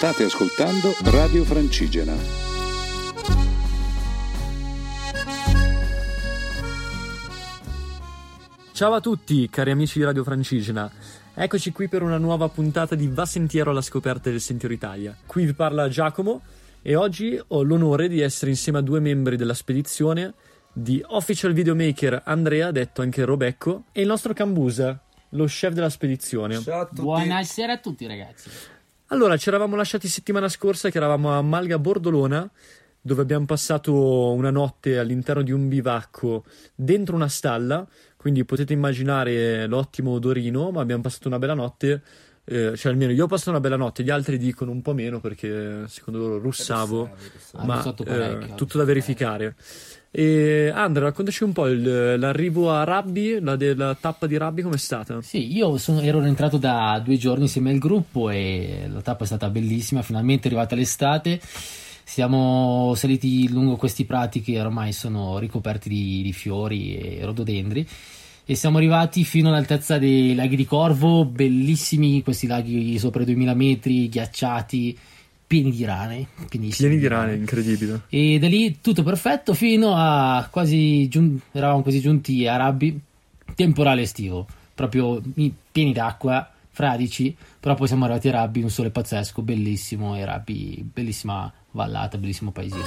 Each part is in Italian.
State ascoltando Radio Francigena. Ciao a tutti, cari amici di Radio Francigena. Eccoci qui per una nuova puntata di Va Sentiero alla scoperta del Sentiero Italia. Qui vi parla Giacomo e oggi ho l'onore di essere insieme a due membri della spedizione di Official Videomaker Andrea, detto anche Robecco, e il nostro Cambusa, lo chef della spedizione. Ciao a tutti. Buonasera a tutti, ragazzi. Allora, ci eravamo lasciati settimana scorsa che eravamo a Malga Bordolona, dove abbiamo passato una notte all'interno di un bivacco dentro una stalla, quindi potete immaginare l'ottimo odorino, ma abbiamo passato una bella notte, cioè almeno io ho passato una bella notte, gli altri dicono un po' meno perché secondo loro russavo, ma tutto da verificare. E Andrea, raccontaci un po' l'arrivo a Rabbi, la tappa di Rabbi, com'è stata? Sì, ero rientrato da 2 giorni insieme al gruppo e la tappa è stata bellissima, finalmente è arrivata l'estate. Siamo saliti lungo questi prati che ormai sono ricoperti di fiori e rododendri e siamo arrivati fino all'altezza dei laghi di Corvo, bellissimi questi laghi sopra i 2000 metri, ghiacciati, pieni di rane, pieni di rane, incredibile. E da lì tutto perfetto fino a eravamo quasi giunti a Rabbi, temporale estivo, proprio pieni d'acqua, fradici, però poi siamo arrivati a Rabbi, un sole pazzesco, bellissimo, e Rabbi, bellissima vallata, bellissimo paesino.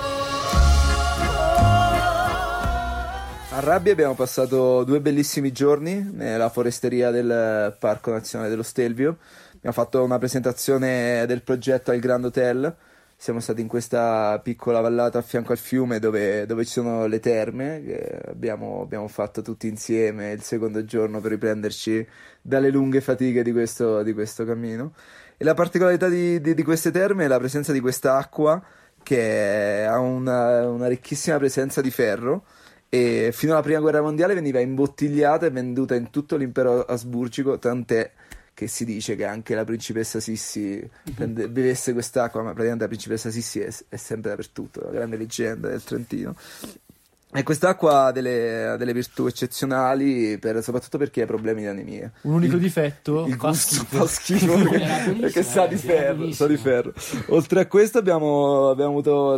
A Rabbi abbiamo passato 2 bellissimi giorni nella foresteria del Parco Nazionale dello Stelvio. Abbiamo fatto una presentazione del progetto al Grand Hotel. Siamo stati in questa piccola vallata a fianco al fiume dove ci sono le terme che abbiamo fatto tutti insieme il secondo giorno per riprenderci dalle lunghe fatiche di questo cammino. E la particolarità di queste terme è la presenza di questa acqua che ha una ricchissima presenza di ferro, e fino alla prima guerra mondiale veniva imbottigliata e venduta in tutto l'impero asburgico, tant'è che si dice che anche la principessa Sissi bevesse quest'acqua, ma praticamente la principessa Sissi è sempre dappertutto, la grande leggenda del Trentino. E quest'acqua ha delle virtù eccezionali, soprattutto per chi ha problemi di anemia. Un unico difetto? Il gusto fa schifo perché sa di ferro. Oltre a questo abbiamo avuto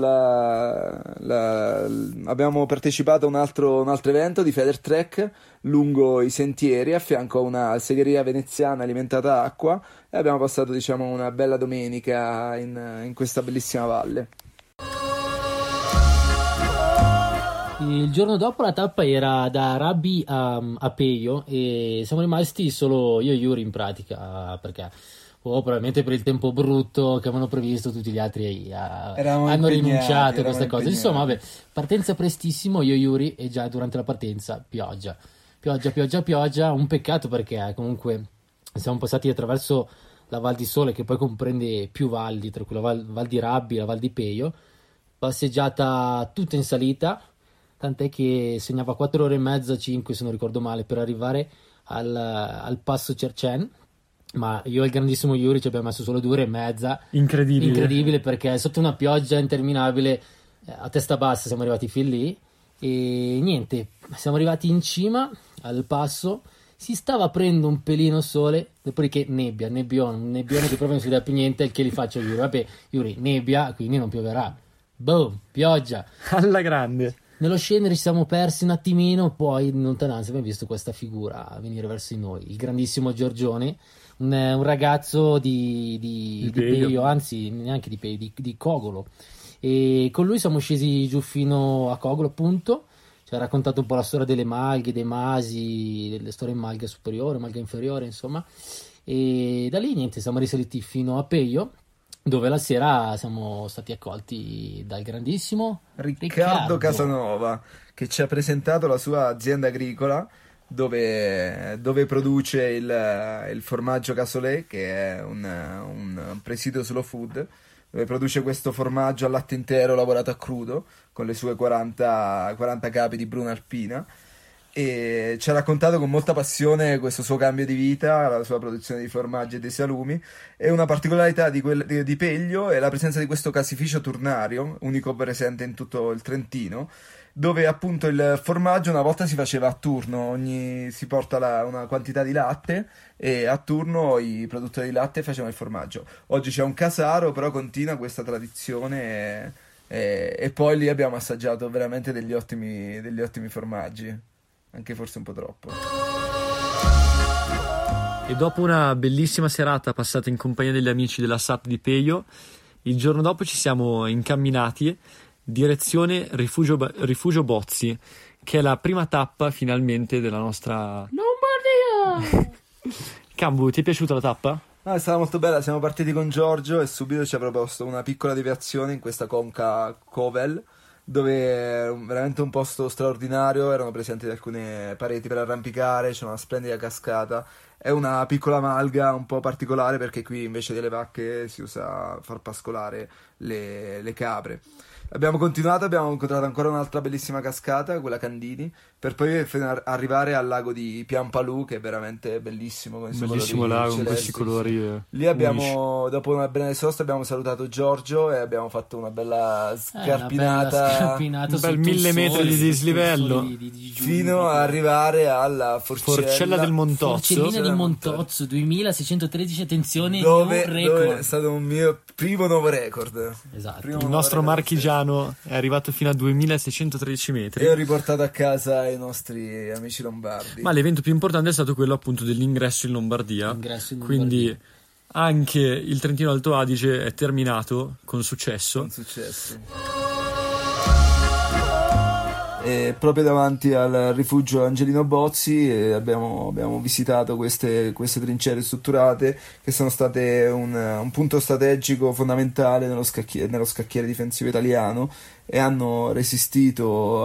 abbiamo partecipato a un altro evento di Federtrek lungo i sentieri a fianco a una segheria veneziana alimentata acqua, e abbiamo passato, diciamo, una bella domenica in questa bellissima valle. Il giorno dopo la tappa era da Rabbi a Peio e siamo rimasti solo io e Yuri in pratica, perché probabilmente per il tempo brutto che avevano previsto tutti gli altri hanno rinunciato a queste cose. Insomma, vabbè, partenza prestissimo, io e Yuri, e già durante la partenza pioggia, un peccato perché comunque siamo passati attraverso la Val di Sole, che poi comprende più valli, tra cui la Val di Rabbi e la Val di Peio, passeggiata tutta in salita, tant'è che segnava 4 ore e mezza, 5 se non ricordo male, per arrivare al passo Cercen, ma io e il grandissimo Yuri ci abbiamo messo solo 2 ore e mezza. Incredibile, perché sotto una pioggia interminabile, a testa bassa siamo arrivati fin lì, e niente, siamo arrivati in cima al passo, si stava aprendo un pelino sole, dopodiché nebbione che proprio non si vede più niente, il che li faccio a Yuri, vabbè Yuri, nebbia, quindi non pioverà, boom, pioggia alla grande. Nello scendere ci siamo persi un attimino, poi in lontananza abbiamo visto questa figura venire verso di noi, il grandissimo Giorgione, un ragazzo di Peio, anzi neanche di Peio, di Cogolo, e con lui siamo scesi giù fino a Cogolo, appunto. Ci ha raccontato un po' la storia delle malghe, dei masi, delle storie in malga superiore, malga inferiore, insomma, e da lì niente, siamo risaliti fino a Peio, dove la sera siamo stati accolti dal grandissimo Riccardo Casanova, che ci ha presentato la sua azienda agricola dove produce il formaggio Cassoulet, che è un presidio slow food, dove produce questo formaggio al latte intero lavorato a crudo con le sue 40 capi di Bruna Alpina. e ci ha raccontato con molta passione questo suo cambio di vita, la sua produzione di formaggi e dei salumi. E una particolarità di Peglio è la presenza di questo caseificio turnario, unico presente in tutto il Trentino, dove appunto il formaggio una volta si faceva a turno, si porta una quantità di latte e a turno i produttori di latte facevano il formaggio. Oggi c'è un casaro, però continua questa tradizione e poi lì abbiamo assaggiato veramente degli ottimi formaggi, anche forse un po' troppo. E dopo una bellissima serata passata in compagnia degli amici della SAT di Peio, il giorno dopo ci siamo incamminati direzione Rifugio Bozzi, che è la prima tappa finalmente della nostra Lombardia! Cambu, ti è piaciuta la tappa? È stata molto bella, siamo partiti con Giorgio e subito ci ha proposto una piccola deviazione in questa conca Covel, dove è veramente un posto straordinario, erano presenti alcune pareti per arrampicare, c'è una splendida cascata, è una piccola malga un po' particolare perché qui invece delle vacche si usa far pascolare le capre. Abbiamo continuato, abbiamo incontrato ancora un'altra bellissima cascata, quella Candini, per poi arrivare al lago di Piampalù, che è veramente bellissimo. Con Bellissimo lago con questi colori. Lì abbiamo, dopo una bella sosta, abbiamo salutato Giorgio e abbiamo fatto una bella scarpinata, un bel 1000 metri di dislivello, fino ad arrivare alla Forcella del Montozzo. Forcellina del Montozzo, 2613, attenzione, dove record. è stato un mio primo nuovo record. Esatto. Il nostro marchigiano è arrivato fino a 2613 metri. E ho riportato a casa i nostri amici lombardi. Ma l'evento più importante è stato quello appunto dell'ingresso in Lombardia. Quindi anche il Trentino Alto Adige è terminato con successo. E proprio davanti al rifugio Angelino Bozzi abbiamo visitato queste trincee strutturate che sono state un punto strategico fondamentale nello scacchiere difensivo italiano e hanno resistito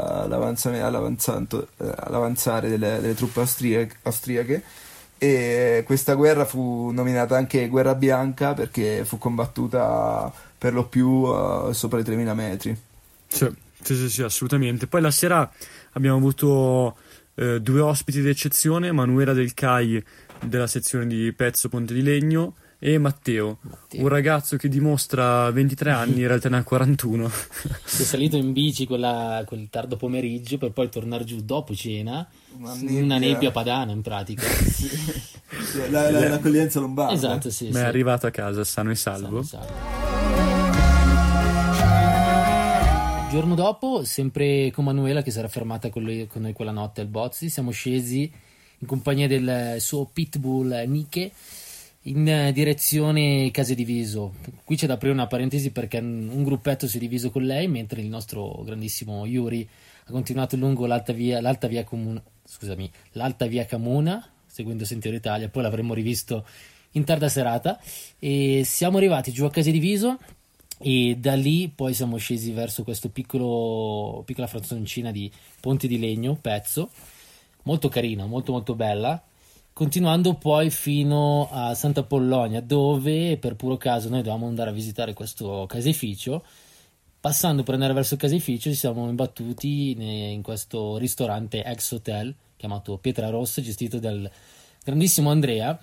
all'avanzare delle truppe austriache. E questa guerra fu nominata anche Guerra Bianca perché fu combattuta per lo più sopra i 3000 metri. Sì, assolutamente. Poi la sera abbiamo avuto due ospiti d'eccezione, Manuela Del Cai della sezione di Pezzo Ponte di Legno e Matteo, un ragazzo che dimostra 23 anni, in realtà ne ha 41. Si è salito in bici quel tardo pomeriggio per poi tornare giù dopo cena, una nebbia padana in pratica. L'accoglienza lombarda. Esatto, sì. Ma è arrivato a casa sano e salvo. Il giorno dopo, sempre con Manuela che si era fermata con noi quella notte al Bozzi, siamo scesi in compagnia del suo pitbull Nike in direzione Case di Viso. Qui c'è da aprire una parentesi perché un gruppetto si è diviso con lei, mentre il nostro grandissimo Yuri ha continuato lungo l'alta via Camuna, seguendo Sentiero Italia. Poi l'avremmo rivisto in tarda serata e siamo arrivati giù a Case di Viso. E da lì poi siamo scesi verso questo piccola frazioncina di Ponte di Legno, Pezzo, molto carina, molto molto bella, continuando poi fino a Santa Pollonia, dove per puro caso noi dovevamo andare a visitare questo caseificio. Passando per andare verso il caseificio ci siamo imbattuti in questo ristorante ex hotel chiamato Pietra Rossa, gestito dal grandissimo Andrea,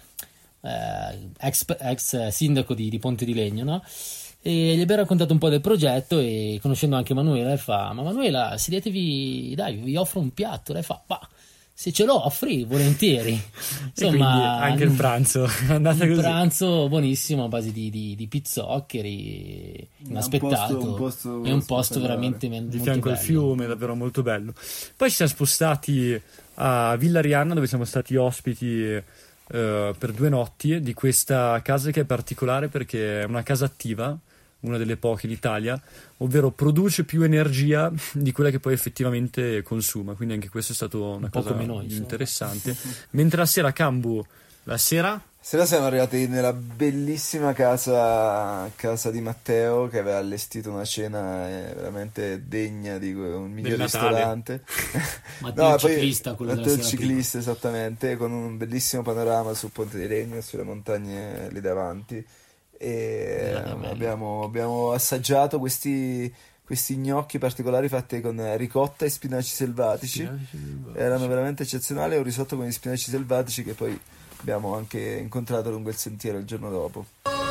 ex sindaco di Ponte di Legno, no? E gli abbiamo raccontato un po' del progetto e conoscendo anche Manuela fa: ma Manuela, sedetevi, dai, vi offro un piatto. Lei fa: ma se ce l'ho offri volentieri. Insomma, anche il pranzo è andata così. Un pranzo buonissimo a base di pizzoccheri, inaspettato, un posto veramente di fianco al fiume, davvero molto bello. Poi ci siamo spostati a Villa Arianna, dove siamo stati ospiti per 2 notti di questa casa che è particolare perché è una casa attiva, una delle poche in Italia, ovvero produce più energia di quella che poi effettivamente consuma, quindi anche questo è stato una cosa interessante. Mentre la sera siamo arrivati nella bellissima casa di Matteo, che aveva allestito una cena veramente degna di un miglior ristorante. Matteo il ciclista, quello Matteo della il sera ciclista, esattamente, con un bellissimo panorama sul Ponte di Legno, sulle montagne lì davanti. E abbiamo assaggiato questi questi gnocchi particolari fatti con ricotta e spinaci selvatici. Erano veramente eccezionali. Un risotto con gli spinaci selvatici che poi abbiamo anche incontrato lungo il sentiero il giorno dopo.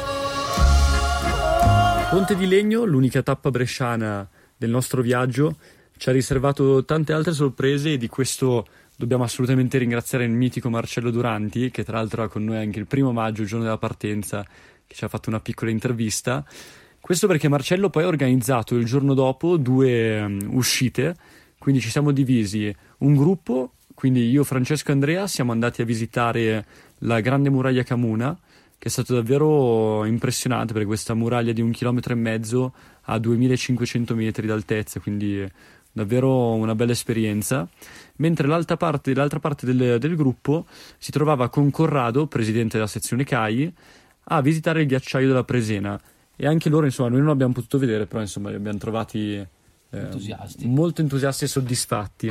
Ponte di Legno, l'unica tappa bresciana del nostro viaggio, ci ha riservato tante altre sorprese e di questo dobbiamo assolutamente ringraziare il mitico Marcello Duranti, che tra l'altro era con noi anche il 1 maggio, il giorno della partenza, che ci ha fatto una piccola intervista. Questo perché Marcello poi ha organizzato il giorno dopo 2 uscite, quindi ci siamo divisi un gruppo, quindi io, Francesco e Andrea siamo andati a visitare la Grande Muraglia Camuna, che è stato davvero impressionante perché questa muraglia di 1,5 chilometri a 2500 metri d'altezza, quindi davvero una bella esperienza. Mentre l'altra parte del gruppo si trovava con Corrado, presidente della sezione CAI, a visitare il ghiacciaio della Presena, e anche loro, insomma, noi non l'abbiamo potuto vedere, però insomma li abbiamo trovati molto entusiasti e soddisfatti.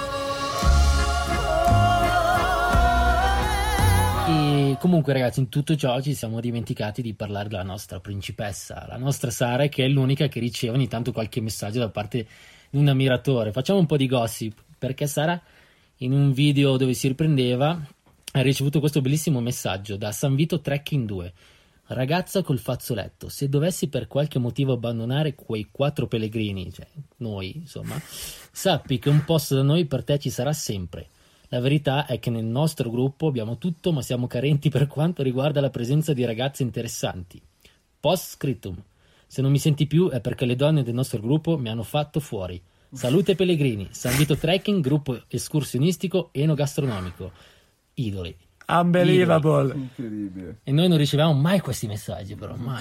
E comunque, ragazzi, in tutto ciò ci siamo dimenticati di parlare della nostra principessa, la nostra Sara, che è l'unica che riceve ogni tanto qualche messaggio da parte di un ammiratore. Facciamo un po' di gossip, perché Sara, in un video dove si riprendeva, ha ricevuto questo bellissimo messaggio da San Vito Trekking 2. Ragazza col fazzoletto, se dovessi per qualche motivo abbandonare quei 4 pellegrini, cioè noi, insomma, sappi che un posto da noi per te ci sarà sempre. La verità è che nel nostro gruppo abbiamo tutto, ma siamo carenti per quanto riguarda la presenza di ragazze interessanti. Post scriptum. Se non mi senti più è perché le donne del nostro gruppo mi hanno fatto fuori. Salute Pellegrini, San Vito Trekking, gruppo escursionistico enogastronomico. Idoli. Unbelievable. Incredibile. E noi non riceviamo mai questi messaggi, però mai.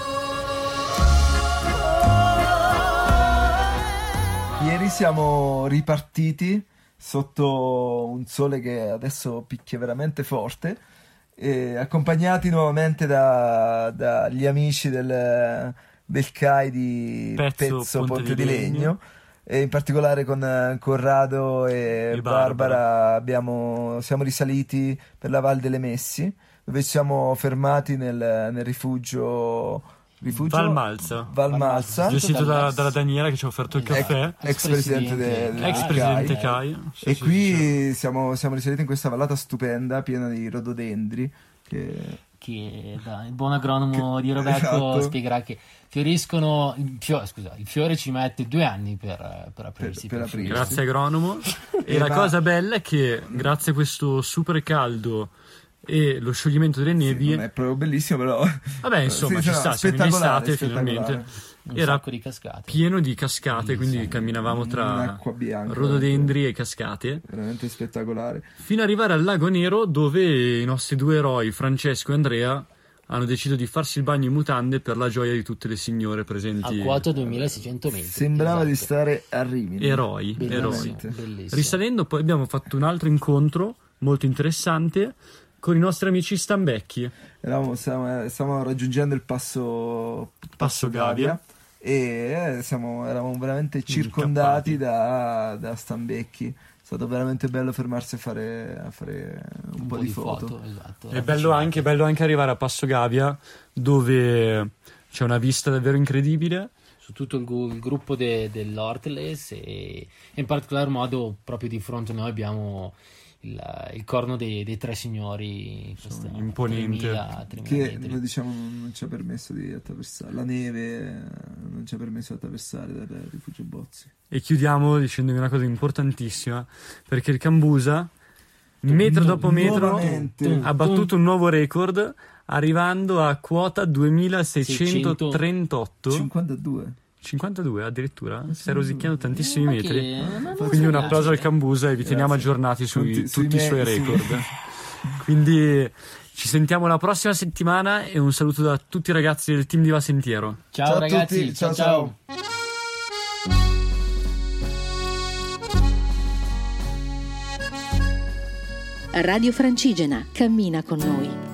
Ieri siamo ripartiti sotto un sole che adesso picchia veramente forte, e accompagnati nuovamente dagli amici del CAI di Pezzo Ponte di Legno, e in particolare con Corrado e Barbara siamo risaliti per la Val delle Messi, dove ci siamo fermati nel rifugio Valmalza, gestito dalla Daniela, che ci ha offerto il caffè, ex presidente CAI. E qui siamo risaliti in questa vallata stupenda piena di rododendri che il buon agronomo di Roberto esatto, spiegherà che fioriscono il fiore ci mette 2 anni per aprirsi. Grazie agronomo. E la cosa bella è che grazie a questo super caldo e lo scioglimento delle nevi, non è proprio bellissimo, però vabbè, insomma, ci sta, siamo in estate finalmente, era di cascate, pieno di cascate, quindi camminavamo tra rododendri e cascate, veramente spettacolare, fino ad arrivare al Lago Nero, dove i nostri 2 eroi, Francesco e Andrea, hanno deciso di farsi il bagno in mutande per la gioia di tutte le signore presenti a quota 2600 metri. Sembrava di stare a Rimini. Eroi. Bellissimo. Risalendo poi abbiamo fatto un altro incontro molto interessante con i nostri amici Stambecchi. Stavamo raggiungendo il passo Gavia e eravamo veramente circondati da Stambecchi. È stato veramente bello fermarsi a fare un po' di foto. Esatto. È bello anche arrivare a Passo Gavia, dove c'è una vista davvero incredibile su tutto il gruppo dell'Ortles, e in particolar modo proprio di fronte a noi abbiamo il corno dei 3 signori, imponente, 3.000 che metri. noi diciamo non ci ha permesso di attraversare la neve, non ci ha permesso di attraversare dal rifugio Bozzi. E chiudiamo dicendovi una cosa importantissima, perché il Cambusa metro dopo metro ha battuto un nuovo record, arrivando a quota 2638. 52 addirittura, stai rosicchiando tantissimi metri, quindi un applauso al Cambusa, e vi teniamo aggiornati su tutti i suoi record. Quindi ci sentiamo la prossima settimana, e un saluto da tutti i ragazzi del team di Va Sentiero. Ciao ragazzi, ciao. Radio Francigena, cammina con noi.